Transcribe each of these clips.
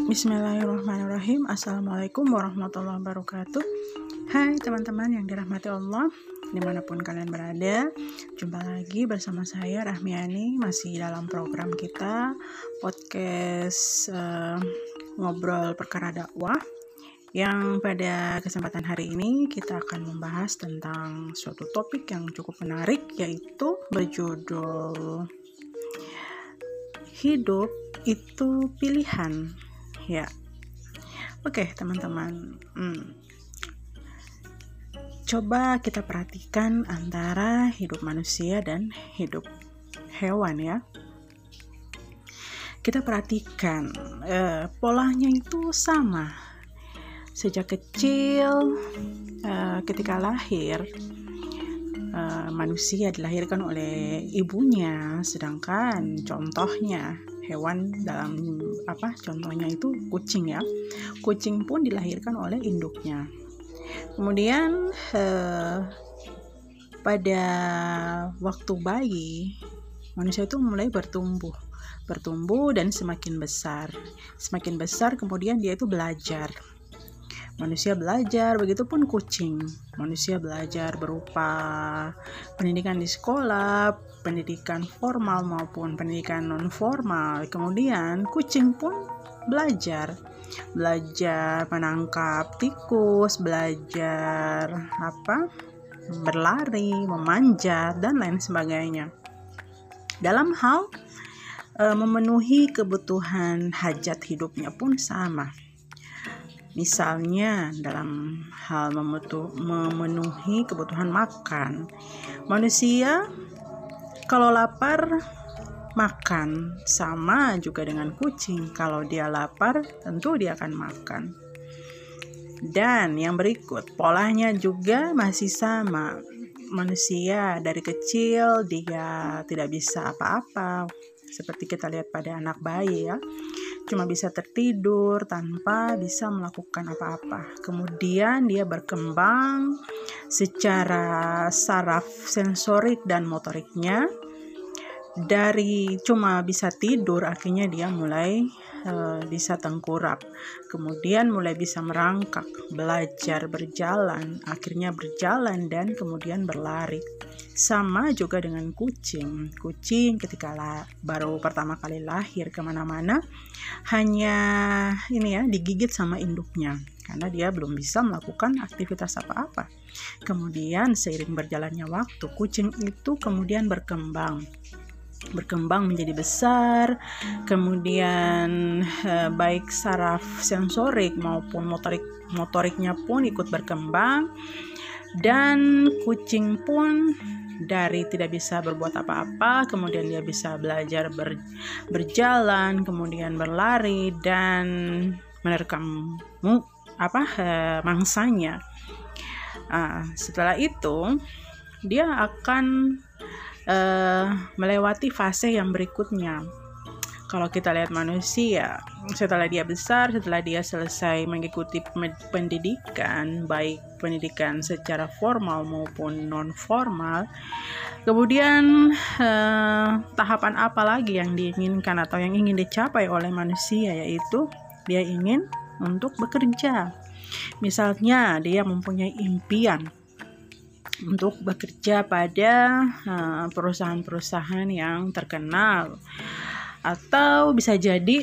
Bismillahirrahmanirrahim. Assalamualaikum warahmatullahi wabarakatuh. Hai teman-teman yang dirahmati Allah, dimanapun kalian berada. Jumpa lagi bersama saya Rahmiani, masih dalam program kita podcast ngobrol perkara dakwah, yang pada kesempatan hari ini kita akan membahas tentang suatu topik yang cukup menarik, yaitu berjudul hidup itu pilihan. Ya, oke teman-teman. Coba kita perhatikan antara hidup manusia dan hidup hewan ya. Kita perhatikan polanya itu sama. Sejak kecil, ketika lahir, manusia dilahirkan oleh ibunya, sedangkan contohnya hewan contohnya itu kucing ya. Kucing pun dilahirkan oleh induknya. Kemudian pada waktu bayi, manusia itu mulai bertumbuh dan semakin besar. Semakin besar kemudian dia itu belajar. Manusia belajar, begitupun kucing. Manusia belajar berupa pendidikan di sekolah, pendidikan formal maupun pendidikan non formal. Kemudian kucing pun belajar menangkap tikus, belajar berlari, memanjat dan lain sebagainya. Dalam hal memenuhi kebutuhan hajat hidupnya pun sama. Misalnya dalam hal memenuhi kebutuhan makan, manusia kalau lapar makan, sama juga dengan kucing. Kalau dia lapar tentu dia akan makan. Dan yang berikut, polanya juga masih sama. Manusia dari kecil dia tidak bisa apa-apa, seperti kita lihat pada anak bayi ya. Cuma bisa tertidur tanpa bisa melakukan apa-apa. Kemudian dia berkembang secara saraf sensorik dan motoriknya. Dari cuma bisa tidur, akhirnya dia mulai bisa tengkurap. Kemudian mulai bisa merangkak, belajar berjalan, akhirnya berjalan dan kemudian berlari. Sama juga dengan kucing. Kucing ketika baru pertama kali lahir kemana-mana, hanya digigit sama induknya, karena dia belum bisa melakukan aktivitas apa-apa. Kemudian seiring berjalannya waktu, kucing itu kemudian berkembang menjadi besar, kemudian baik saraf sensorik maupun motoriknya pun ikut berkembang, dan kucing pun dari tidak bisa berbuat apa-apa, kemudian dia bisa belajar berjalan, kemudian berlari dan menerkam mangsanya. Setelah itu dia akan melewati fase yang berikutnya. Kalau kita lihat manusia, setelah dia besar, setelah dia selesai mengikuti pendidikan, baik pendidikan secara formal maupun non formal, kemudian tahapan apa lagi yang diinginkan atau yang ingin dicapai oleh manusia, yaitu dia ingin untuk bekerja. Misalnya dia mempunyai impian untuk bekerja pada perusahaan-perusahaan yang terkenal, atau bisa jadi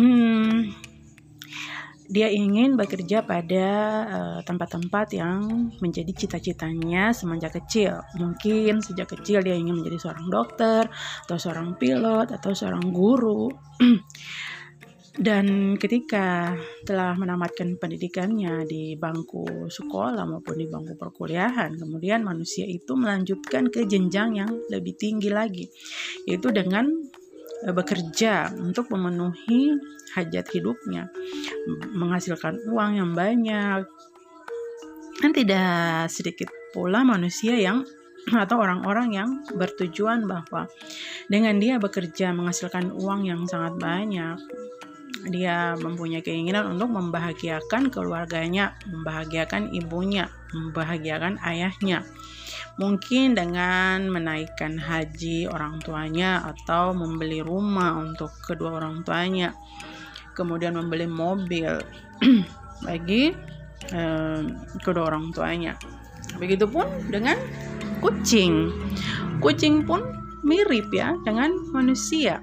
dia ingin bekerja pada tempat-tempat yang menjadi cita-citanya semenjak kecil. Mungkin sejak kecil dia ingin menjadi seorang dokter, atau seorang pilot, atau seorang guru. Dan ketika telah menamatkan pendidikannya di bangku sekolah maupun di bangku perkuliahan, kemudian manusia itu melanjutkan ke jenjang yang lebih tinggi lagi, yaitu dengan bekerja untuk memenuhi hajat hidupnya, menghasilkan uang yang banyak. Dan tidak sedikit pula manusia atau orang-orang yang bertujuan bahwa dengan dia bekerja menghasilkan uang yang sangat banyak, dia mempunyai keinginan untuk membahagiakan keluarganya, membahagiakan ibunya, membahagiakan ayahnya. Mungkin dengan menaikkan haji orang tuanya atau membeli rumah untuk kedua orang tuanya. kemudian membeli mobil bagi kedua orang tuanya. Begitupun dengan kucing. Kucing pun mirip ya dengan manusia.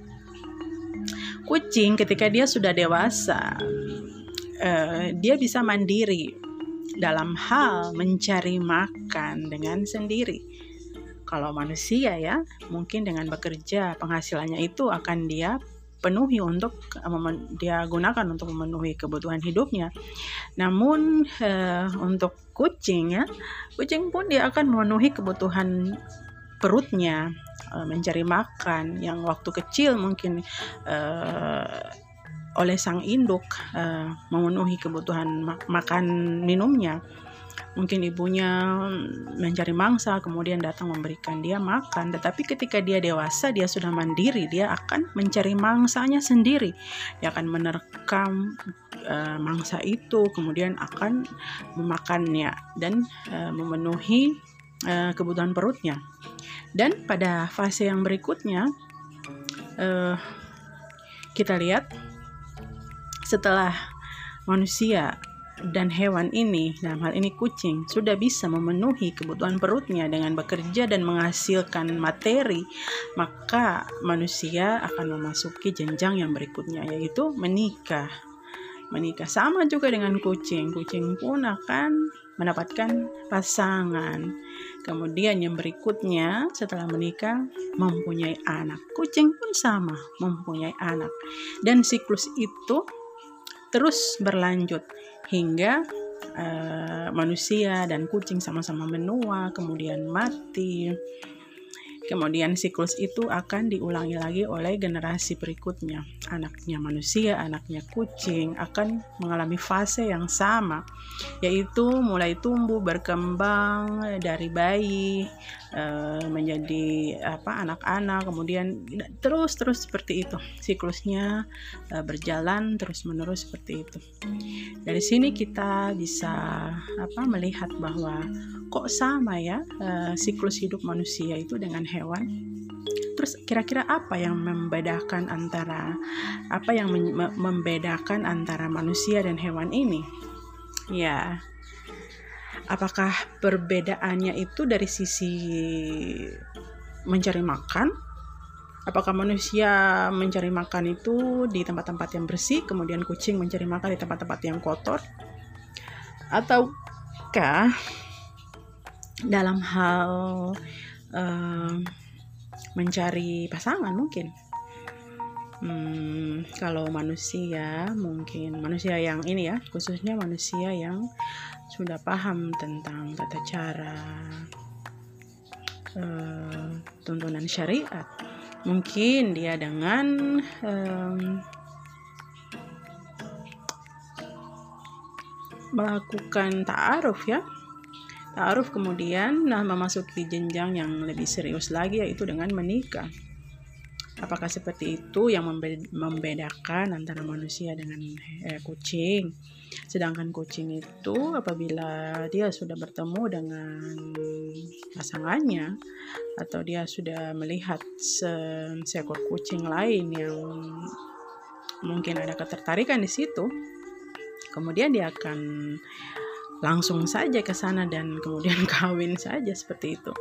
Kucing ketika dia sudah dewasa, dia bisa mandiri dalam hal mencari makan dengan sendiri. Kalau manusia ya, mungkin dengan bekerja, penghasilannya itu akan dia penuhi untuk dia gunakan untuk memenuhi kebutuhan hidupnya. Namun untuk kucing ya, kucing pun dia akan memenuhi kebutuhan perutnya, mencari makan yang waktu kecil mungkin oleh sang induk memenuhi kebutuhan makan minumnya. Mungkin ibunya mencari mangsa kemudian datang memberikan dia makan, tetapi ketika dia dewasa, dia sudah mandiri, dia akan mencari mangsanya sendiri. Dia akan menerkam mangsa itu, kemudian akan memakannya dan memenuhi kebutuhan perutnya. Dan pada fase yang berikutnya kita lihat setelah manusia dan hewan ini, dalam hal ini kucing, sudah bisa memenuhi kebutuhan perutnya dengan bekerja dan menghasilkan materi, maka manusia akan memasuki jenjang yang berikutnya, yaitu menikah. Menikah sama juga dengan kucing. Kucing pun akan mendapatkan pasangan. Kemudian yang berikutnya setelah menikah mempunyai anak. Kucing pun sama, mempunyai anak. Dan siklus itu terus berlanjut hingga manusia dan kucing sama-sama menua, kemudian mati. Kemudian siklus itu akan diulangi lagi oleh generasi berikutnya. Anaknya manusia, anaknya kucing akan mengalami fase yang sama, yaitu mulai tumbuh berkembang dari bayi menjadi anak-anak, kemudian terus seperti itu. Siklusnya berjalan terus-menerus seperti itu. Dari sini kita bisa melihat bahwa kok sama ya siklus hidup manusia itu dengan hewan. Terus kira-kira apa yang membedakan antara manusia dan hewan ini? Ya, apakah perbedaannya itu dari sisi mencari makan? Apakah manusia mencari makan itu di tempat-tempat yang bersih, kemudian kucing mencari makan di tempat-tempat yang kotor? Ataukah dalam hal mencari pasangan mungkin? Kalau manusia, mungkin manusia yang ini ya, khususnya manusia yang sudah paham tentang tata cara tuntunan syariat, mungkin dia dengan melakukan ta'aruf ya. Ta'aruf kemudian memasuki jenjang yang lebih serius lagi, yaitu dengan menikah. Apakah seperti itu yang membedakan antara manusia dengan kucing? Sedangkan kucing itu apabila dia sudah bertemu dengan pasangannya atau dia sudah melihat seekor kucing lain yang mungkin ada ketertarikan di situ, kemudian dia akan langsung saja ke sana dan kemudian kawin saja seperti itu.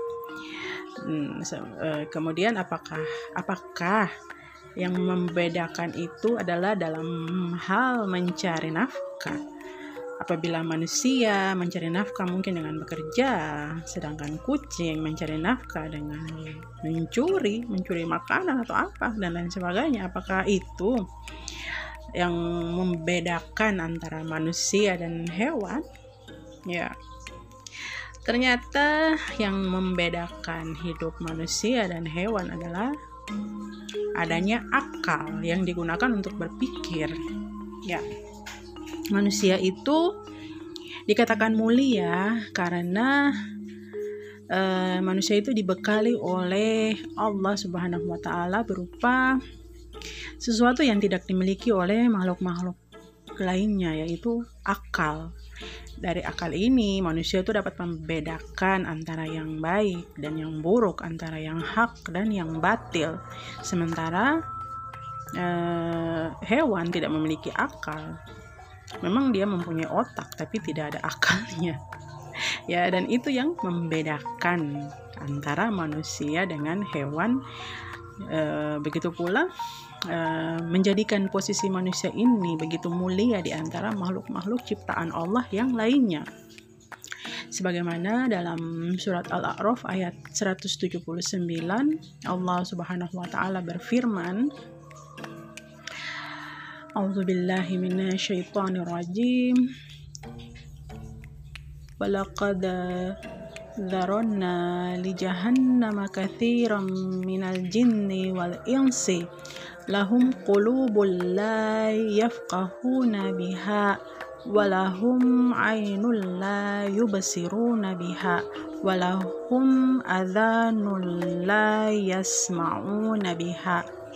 Kemudian apakah yang membedakan itu adalah dalam hal mencari nafkah? Apabila manusia mencari nafkah mungkin dengan bekerja, sedangkan kucing mencari nafkah dengan mencuri makanan atau apa dan lain sebagainya. Apakah itu yang membedakan antara manusia dan hewan? Ya, ternyata yang membedakan hidup manusia dan hewan adalah adanya akal yang digunakan untuk berpikir. Ya, manusia itu dikatakan mulia karena manusia itu dibekali oleh Allah Subhanahu wa Ta'ala berupa sesuatu yang tidak dimiliki oleh makhluk-makhluk lainnya, yaitu akal. Dari akal ini manusia itu dapat membedakan antara yang baik dan yang buruk, antara yang hak dan yang batil. Sementara hewan tidak memiliki akal. Memang dia mempunyai otak tapi tidak ada akalnya. Ya, dan itu yang membedakan antara manusia dengan hewan. Begitu pula menjadikan posisi manusia ini begitu mulia di antara makhluk-makhluk ciptaan Allah yang lainnya. Sebagaimana dalam surat Al-A'raf ayat 179, Allah Subhanahu wa taala berfirman, A'udzubillahi minasyaitonir rajim. Walaqad dzarana li jahannama katsiran minal jinni wal insi lahum qulubun la yafqahuna biha walahum ainul la yubsiruna biha walahum adhanul la yasma'una biha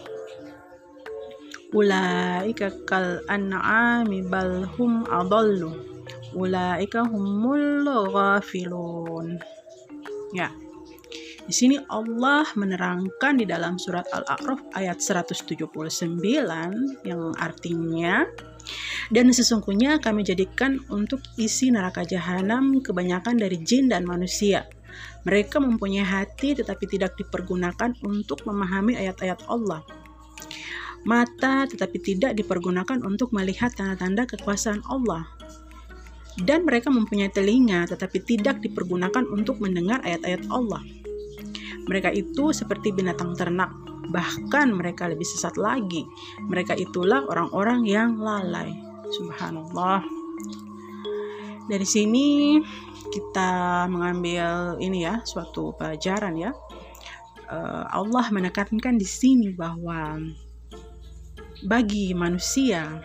ulaika kal an'ami bal hum adallu ulaika humul ghafilun. Ya, di sini Allah menerangkan di dalam surat Al-A'raf ayat 179 yang artinya, dan sesungguhnya kami jadikan untuk isi neraka jahanam kebanyakan dari jin dan manusia. Mereka mempunyai hati tetapi tidak dipergunakan untuk memahami ayat-ayat Allah. Mata tetapi tidak dipergunakan untuk melihat tanda-tanda kekuasaan Allah. Dan mereka mempunyai telinga tetapi tidak dipergunakan untuk mendengar ayat-ayat Allah. Mereka itu seperti binatang ternak, bahkan mereka lebih sesat lagi. Mereka itulah orang-orang yang lalai. Subhanallah. Dari sini kita mengambil ini ya, suatu pelajaran ya. Allah menekankan di sini bahwa bagi manusia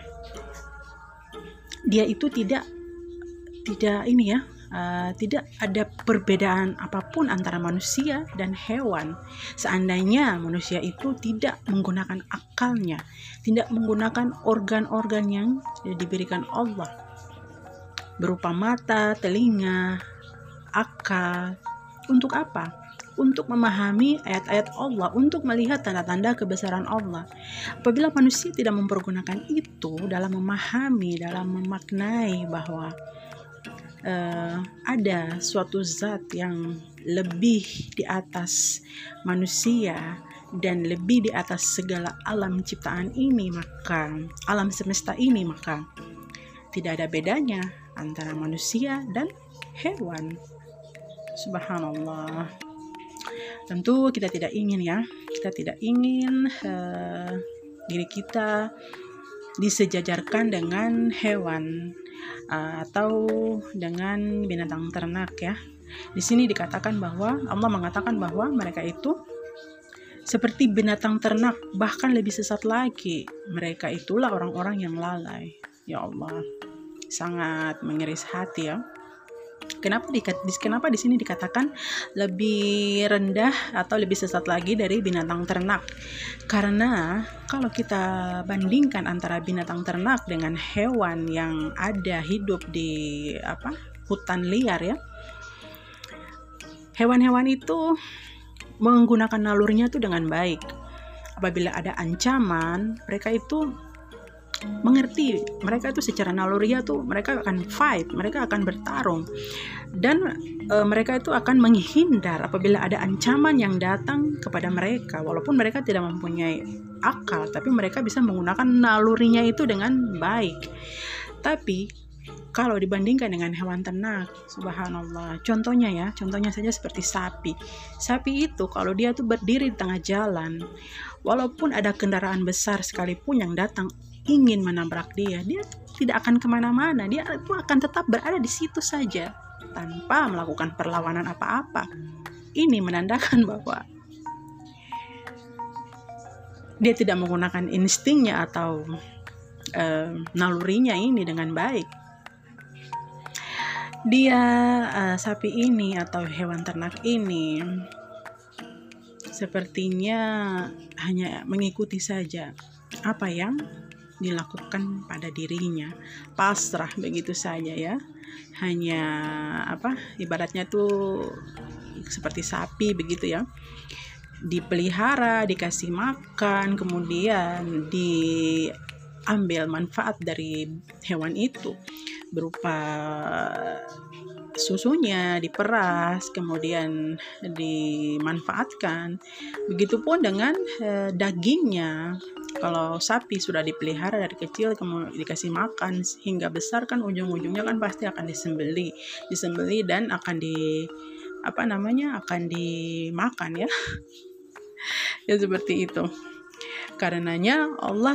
dia itu tidak ada perbedaan apapun antara manusia dan hewan. Seandainya manusia itu tidak menggunakan akalnya, tidak menggunakan organ-organ yang diberikan Allah berupa mata, telinga, akal. Untuk apa? Untuk memahami ayat-ayat Allah, untuk melihat tanda-tanda kebesaran Allah. Apabila manusia tidak mempergunakan itu dalam memahami, dalam memaknai bahwa ada suatu zat yang lebih di atas manusia dan lebih di atas segala alam ciptaan ini, maka alam semesta ini, maka tidak ada bedanya antara manusia dan hewan. Subhanallah. Tentu kita tidak ingin diri kita disejajarkan dengan hewan atau dengan binatang ternak ya. Di sini dikatakan bahwa Allah mengatakan bahwa mereka itu seperti binatang ternak, bahkan lebih sesat lagi. Mereka itulah orang-orang yang lalai. Ya Allah, sangat mengiris hati ya. Kenapa di sini dikatakan lebih rendah atau lebih sesat lagi dari binatang ternak? Karena kalau kita bandingkan antara binatang ternak dengan hewan yang ada hidup di hutan liar ya, hewan-hewan itu menggunakan nalurinya itu dengan baik. Apabila ada ancaman, mereka itu mengerti, mereka itu secara naluriah tuh mereka akan fight, mereka akan bertarung, dan mereka itu akan menghindar apabila ada ancaman yang datang kepada mereka. Walaupun mereka tidak mempunyai akal, tapi mereka bisa menggunakan nalurinya itu dengan baik. Tapi kalau dibandingkan dengan hewan ternak, subhanallah, contohnya saja seperti sapi itu kalau dia tuh berdiri di tengah jalan, walaupun ada kendaraan besar sekalipun yang datang ingin menabrak dia tidak akan kemana-mana. Dia itu akan tetap berada di situ saja tanpa melakukan perlawanan apa-apa. Ini menandakan bahwa dia tidak menggunakan instingnya atau nalurinya ini dengan baik. Dia sapi ini atau hewan ternak ini sepertinya hanya mengikuti saja apa yang dilakukan pada dirinya, pasrah begitu saja ya. Hanya ibaratnya tuh seperti sapi begitu ya. dipelihara, dikasih makan, kemudian diambil manfaat dari hewan itu berupa susunya diperas, kemudian dimanfaatkan. Begitupun dengan dagingnya. Kalau sapi sudah dipelihara dari kecil, kemudian dikasih makan hingga besar, kan ujung-ujungnya kan pasti akan disembeli dan akan akan dimakan ya. Ya seperti itu. Karenanya Allah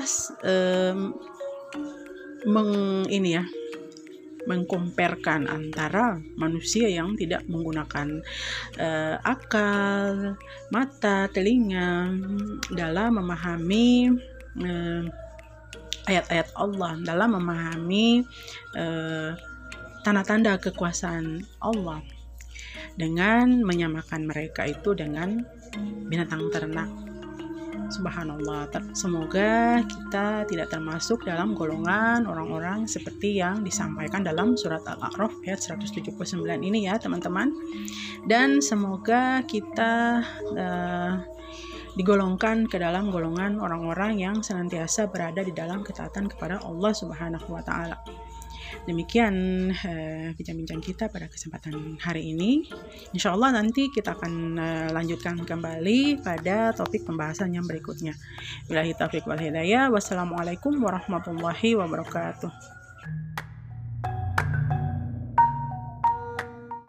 mengkomparkan antara manusia yang tidak menggunakan akal, mata, telinga dalam memahami ayat-ayat Allah, dalam memahami tanda-tanda kekuasaan Allah, dengan menyamakan mereka itu dengan binatang ternak. Subhanallah, semoga kita tidak termasuk dalam golongan orang-orang seperti yang disampaikan dalam surat Al-A'raf ayat 179 ini ya teman-teman. Dan semoga kita digolongkan ke dalam golongan orang-orang yang senantiasa berada di dalam ketaatan kepada Allah Subhanahu wa Ta'ala. Demikian bincang-bincang kita pada kesempatan hari ini. Insya Allah nanti kita akan lanjutkan kembali pada topik pembahasan yang berikutnya. Billahi taufiq wal hidayah. Wassalamualaikum warahmatullahi wabarakatuh.